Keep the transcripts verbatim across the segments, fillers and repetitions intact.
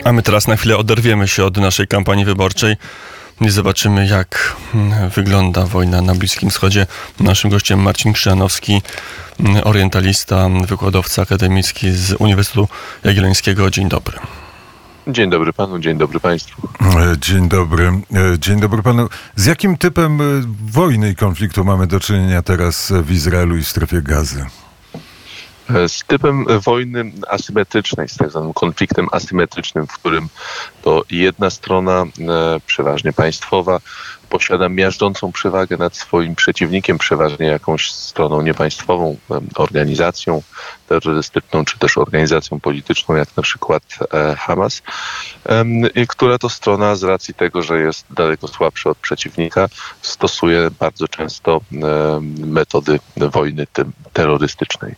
A my teraz na chwilę oderwiemy się od naszej kampanii wyborczej i zobaczymy, jak wygląda wojna na Bliskim Wschodzie. Naszym gościem Marcin Krzyżanowski, orientalista, wykładowca akademicki z Uniwersytetu Jagiellońskiego. Dzień dobry. Dzień dobry panu, dzień dobry państwu. Dzień dobry. Dzień dobry panu. Z jakim typem wojny i konfliktu mamy do czynienia teraz w Izraelu i strefie Gazy? Z typem wojny asymetrycznej, z tak zwanym konfliktem asymetrycznym, w którym to jedna strona, przeważnie państwowa, posiada miażdżącą przewagę nad swoim przeciwnikiem, przeważnie jakąś stroną niepaństwową, organizacją terrorystyczną, czy też organizacją polityczną, jak na przykład Hamas, która to strona z racji tego, że jest daleko słabsza od przeciwnika, stosuje bardzo często metody wojny terrorystycznej.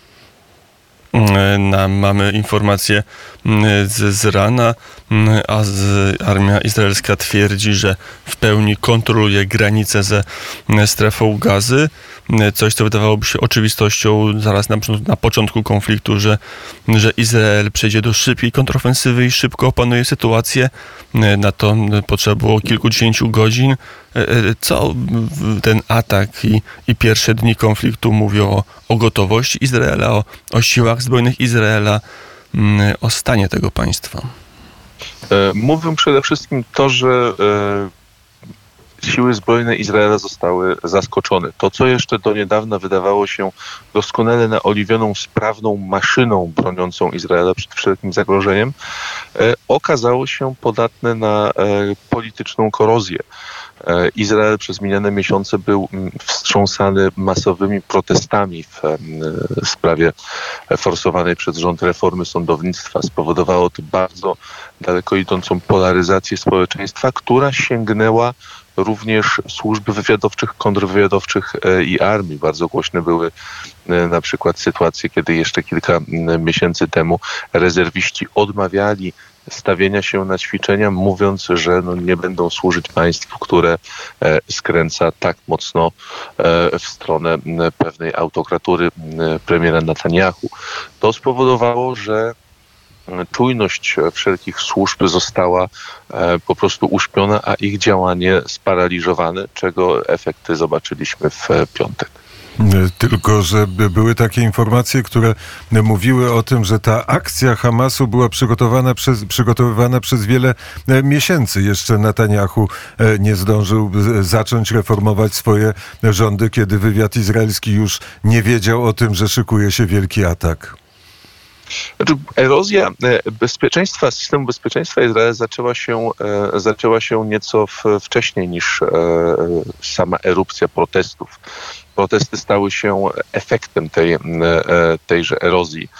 Na, mamy informacje z, z rana, a z, armia izraelska twierdzi, że w pełni kontroluje granice ze strefą Gazy. Coś, co wydawałoby się oczywistością zaraz na, na początku konfliktu, że, że Izrael przejdzie do szybkiej kontrofensywy i szybko opanuje sytuację. Na to potrzeba było kilkudziesięciu godzin. Co ten atak i, i pierwsze dni konfliktu mówią o, o gotowości Izraela, o, o siłach zbrojnych Izraela, o stanie tego państwa? Mówią przede wszystkim to, że siły zbrojne Izraela zostały zaskoczone. To, co jeszcze do niedawna wydawało się doskonale naoliwioną, sprawną maszyną broniącą Izraela przed wszelkim zagrożeniem, e, okazało się podatne na e, polityczną korozję. E, Izrael przez minione miesiące był m, wstrząsany masowymi protestami w, e, w sprawie forsowanej przez rząd reformy sądownictwa. Spowodowało to bardzo daleko idącą polaryzację społeczeństwa, która sięgnęła również służb wywiadowczych, kontrwywiadowczych i armii. Bardzo głośne były na przykład sytuacje, kiedy jeszcze kilka miesięcy temu rezerwiści odmawiali stawienia się na ćwiczenia, mówiąc, że no nie będą służyć państwu, które skręca tak mocno w stronę pewnej autokratury premiera Netanyahu. To spowodowało, że czujność wszelkich służb została e, po prostu uśpiona, a ich działanie sparaliżowane, czego efekty zobaczyliśmy w e, piątek. Tylko, że były takie informacje, które mówiły o tym, że ta akcja Hamasu była przygotowana przez, przygotowywana przez wiele miesięcy. Jeszcze Netanyahu nie zdążył zacząć reformować swoje rządy, kiedy wywiad izraelski już nie wiedział o tym, że szykuje się wielki atak. Znaczy, erozja bezpieczeństwa, systemu bezpieczeństwa Izraela zaczęła się, zaczęła się nieco wcześniej niż sama erupcja protestów. Protesty stały się efektem tej, tejże erozji.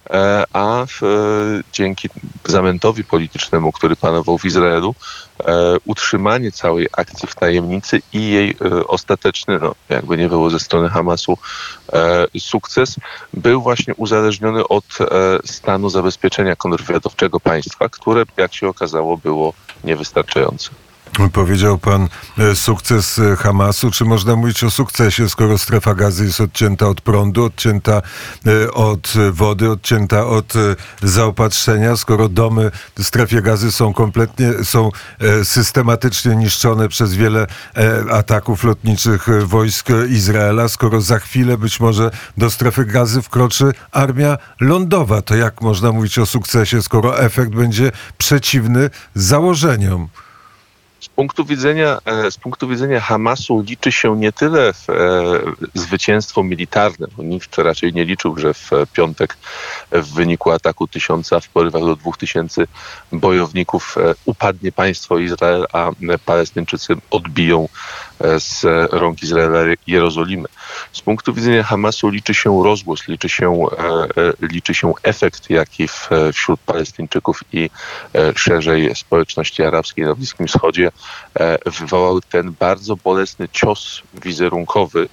A w, dzięki zamętowi politycznemu, który panował w Izraelu, e, utrzymanie całej akcji w tajemnicy i jej e, ostateczny, no, jakby nie było ze strony Hamasu, e, sukces był właśnie uzależniony od e, stanu zabezpieczenia kontrwywiadowczego państwa, które, jak się okazało, było niewystarczające. Powiedział pan sukces Hamasu. Czy można mówić o sukcesie, skoro strefa Gazy jest odcięta od prądu, odcięta od wody, odcięta od zaopatrzenia, skoro domy w strefie Gazy są kompletnie, są systematycznie niszczone przez wiele ataków lotniczych wojsk Izraela, skoro za chwilę być może do strefy Gazy wkroczy armia lądowa, to jak można mówić o sukcesie, skoro efekt będzie przeciwny założeniom? Z punktu widzenia, z punktu widzenia Hamasu liczy się nie tyle e, zwycięstwo militarne, bo nikt raczej nie liczył, że w piątek w wyniku ataku tysiąca, w porywach do dwóch tysięcy bojowników e, upadnie państwo Izrael, a Palestyńczycy odbiją e, z rąk Izraela Jerozolimę. Z punktu widzenia Hamasu liczy się rozgłos, liczy się, e, liczy się efekt, jaki w, wśród Palestyńczyków i e, szerzej społeczności arabskiej na Bliskim Wschodzie wywołał ten bardzo bolesny cios wizerunkowy,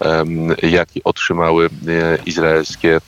jaki otrzymały izraelskie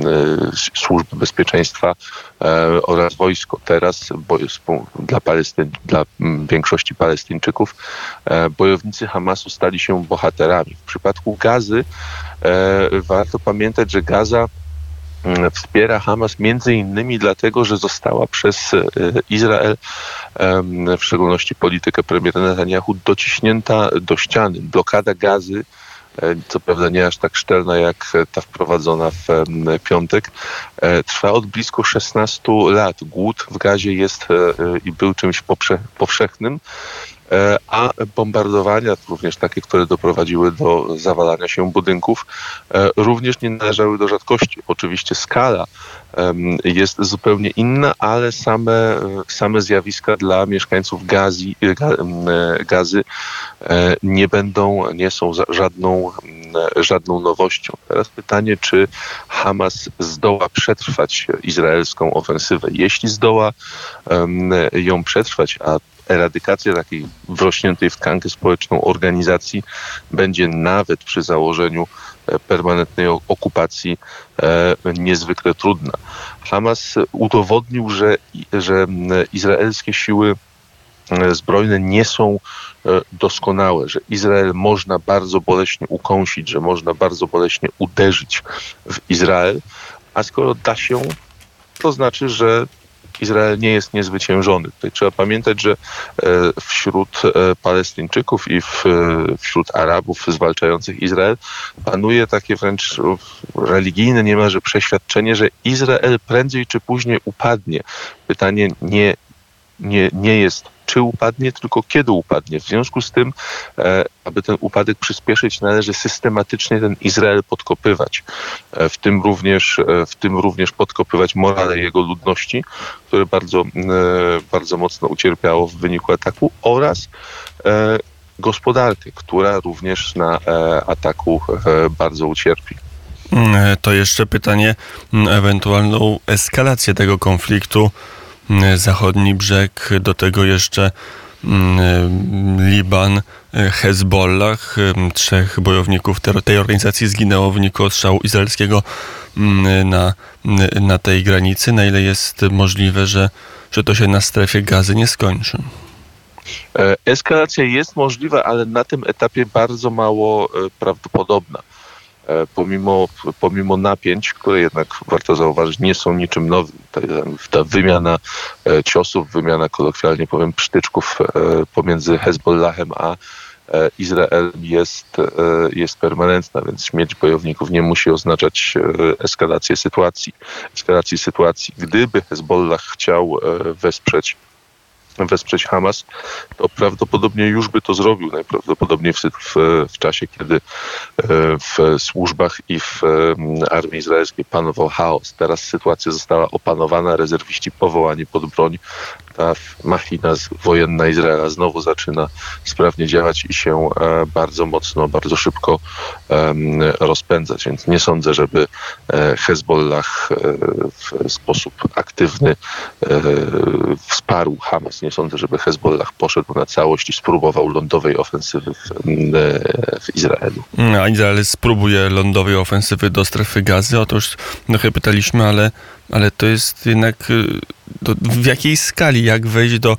służby bezpieczeństwa oraz wojsko. Teraz dla, Palestyn, dla większości Palestyńczyków bojownicy Hamasu stali się bohaterami. W przypadku Gazy warto pamiętać, że Gaza wspiera Hamas między innymi dlatego, że została przez Izrael, w szczególności politykę premiera Netanyahu, dociśnięta do ściany. Blokada Gazy, co prawda nie aż tak szczelna jak ta wprowadzona w piątek, trwa od blisko szesnastu lat. Głód w Gazie jest i był czymś powszechnym, a bombardowania, również takie, które doprowadziły do zawalania się budynków, również nie należały do rzadkości. Oczywiście skala jest zupełnie inna, ale same, same zjawiska dla mieszkańców Gazy, Gazy nie będą, nie są żadną, żadną nowością. Teraz pytanie, czy Hamas zdoła przetrwać izraelską ofensywę. Jeśli zdoła ją przetrwać, a eradykacja takiej wrośniętej w tkankę społeczną organizacji będzie nawet przy założeniu permanentnej okupacji niezwykle trudna. Hamas udowodnił, że, że izraelskie siły zbrojne nie są doskonałe, że Izrael można bardzo boleśnie ukąsić, że można bardzo boleśnie uderzyć w Izrael, a skoro da się, to znaczy, że Izrael nie jest niezwyciężony. Tutaj trzeba pamiętać, że wśród Palestyńczyków i wśród Arabów zwalczających Izrael panuje takie wręcz religijne niemalże przeświadczenie, że Izrael prędzej czy później upadnie. Pytanie nie, nie, nie jest, czy upadnie, tylko kiedy upadnie. W związku z tym, aby ten upadek przyspieszyć, należy systematycznie ten Izrael podkopywać. W tym również, w tym również podkopywać morale jego ludności, które bardzo, bardzo mocno ucierpiało w wyniku ataku, oraz gospodarkę, która również na ataku bardzo ucierpi. To jeszcze pytanie, ewentualną eskalację tego konfliktu. Zachodni brzeg, do tego jeszcze Liban, Hezbollah. Trzech bojowników tej organizacji zginęło w wyniku ostrzału izraelskiego na, na tej granicy. Na ile jest możliwe, że, że to się na strefie Gazy nie skończy? Eskalacja jest możliwa, ale na tym etapie bardzo mało prawdopodobna. Pomimo, pomimo napięć, które jednak warto zauważyć, nie są niczym nowym. Ta, ta wymiana ciosów, wymiana, kolokwialnie powiem, psztyczków pomiędzy Hezbollahem a Izraelem jest, jest permanentna, więc śmierć bojowników nie musi oznaczać eskalację sytuacji. Eskalacji sytuacji. Gdyby Hezbollah chciał wesprzeć wesprzeć Hamas, to prawdopodobnie już by to zrobił. Najprawdopodobniej w, w, w czasie, kiedy w służbach i w armii izraelskiej panował chaos. Teraz sytuacja została opanowana, rezerwiści powołani pod broń. Ta machina wojenna Izraela znowu zaczyna sprawnie działać i się bardzo mocno, bardzo szybko rozpędzać. Więc nie sądzę, żeby Hezbollah w sposób aktywny wsparł Hamas. Nie sądzę, żeby Hezbollah poszedł na całość i spróbował lądowej ofensywy w, w Izraelu. A Izrael spróbuje lądowej ofensywy do strefy Gazy? Otóż trochę pytaliśmy, ale, ale to jest jednak do, w jakiej skali, jak wejść do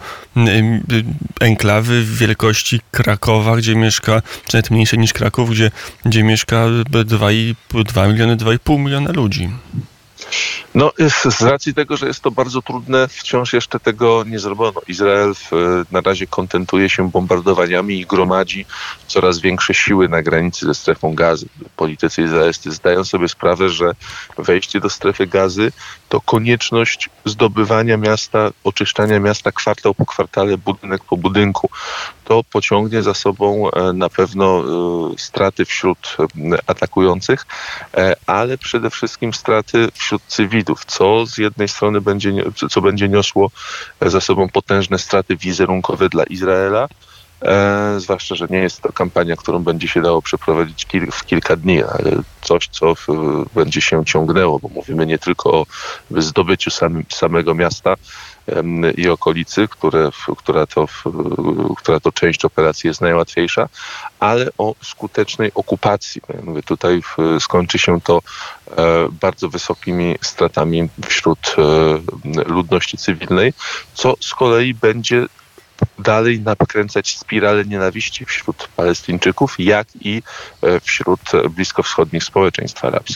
enklawy wielkości Krakowa, gdzie mieszka, czy nawet mniejsze niż Kraków, gdzie, gdzie mieszka dwa miliony, dwa i pół miliona ludzi. No, z racji tego, że jest to bardzo trudne, wciąż jeszcze tego nie zrobiono. Izrael w, na razie kontentuje się bombardowaniami i gromadzi coraz większe siły na granicy ze strefą Gazy. Politycy izraelscy zdają sobie sprawę, że wejście do strefy Gazy to konieczność zdobywania miasta, oczyszczania miasta kwartał po kwartale, budynek po budynku. To pociągnie za sobą na pewno straty wśród atakujących, ale przede wszystkim straty wśród cywilów, co z jednej strony będzie, co będzie niosło za sobą potężne straty wizerunkowe dla Izraela, e, zwłaszcza, że nie jest to kampania, którą będzie się dało przeprowadzić kil, w kilka dni, ale coś, co w, będzie się ciągnęło, bo mówimy nie tylko o zdobyciu samym, samego miasta em, i okolicy, które, która, to, która to część operacji jest najłatwiejsza, ale o skutecznej okupacji. Ja mówię, tutaj skończy się to e, bardzo wysokimi stratami wśród e, ludności cywilnej, co z kolei będzie dalej nakręcać spiralę nienawiści wśród Palestyńczyków, jak i wśród bliskowschodnich społeczeństw arabskich.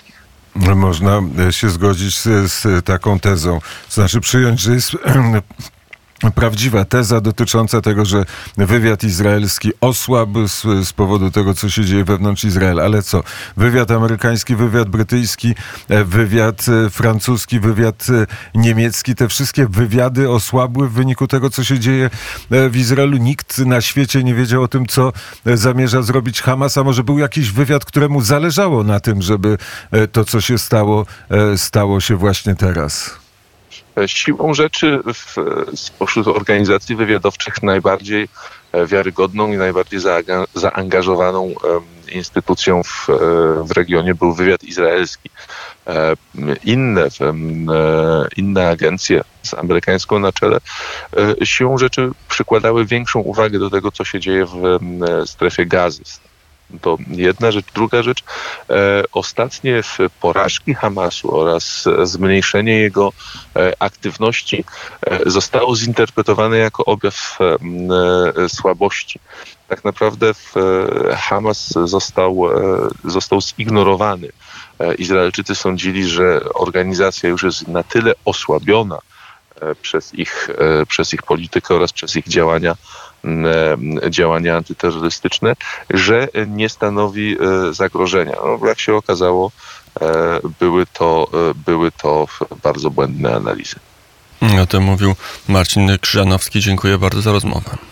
Można się zgodzić z, z taką tezą. Znaczy przyjąć, że jest prawdziwa teza dotycząca tego, że wywiad izraelski osłabł z, z powodu tego, co się dzieje wewnątrz Izraela. Ale co? Wywiad amerykański, wywiad brytyjski, wywiad francuski, wywiad niemiecki, te wszystkie wywiady osłabły w wyniku tego, co się dzieje w Izraelu. Nikt na świecie nie wiedział o tym, co zamierza zrobić Hamas, a może był jakiś wywiad, któremu zależało na tym, żeby to, co się stało, stało się właśnie teraz. Siłą rzeczy w, spośród organizacji wywiadowczych najbardziej wiarygodną i najbardziej zaangażowaną instytucją w, w regionie był wywiad izraelski. Inne, inne agencje z amerykańską na czele siłą rzeczy przykładały większą uwagę do tego, co się dzieje w strefie Gazy. To jedna rzecz. Druga rzecz, e, ostatnie porażki Hamasu oraz zmniejszenie jego e, aktywności e, zostało zinterpretowane jako objaw e, słabości. Tak naprawdę w, e, Hamas został, e, został zignorowany. E, Izraelczycy sądzili, że organizacja już jest na tyle osłabiona e, przez ich, e, przez ich politykę oraz przez ich działania działania antyterrorystyczne, że nie stanowi zagrożenia. No, jak się okazało, były to, były to bardzo błędne analizy. O tym mówił Marcin Krzyżanowski. Dziękuję bardzo za rozmowę.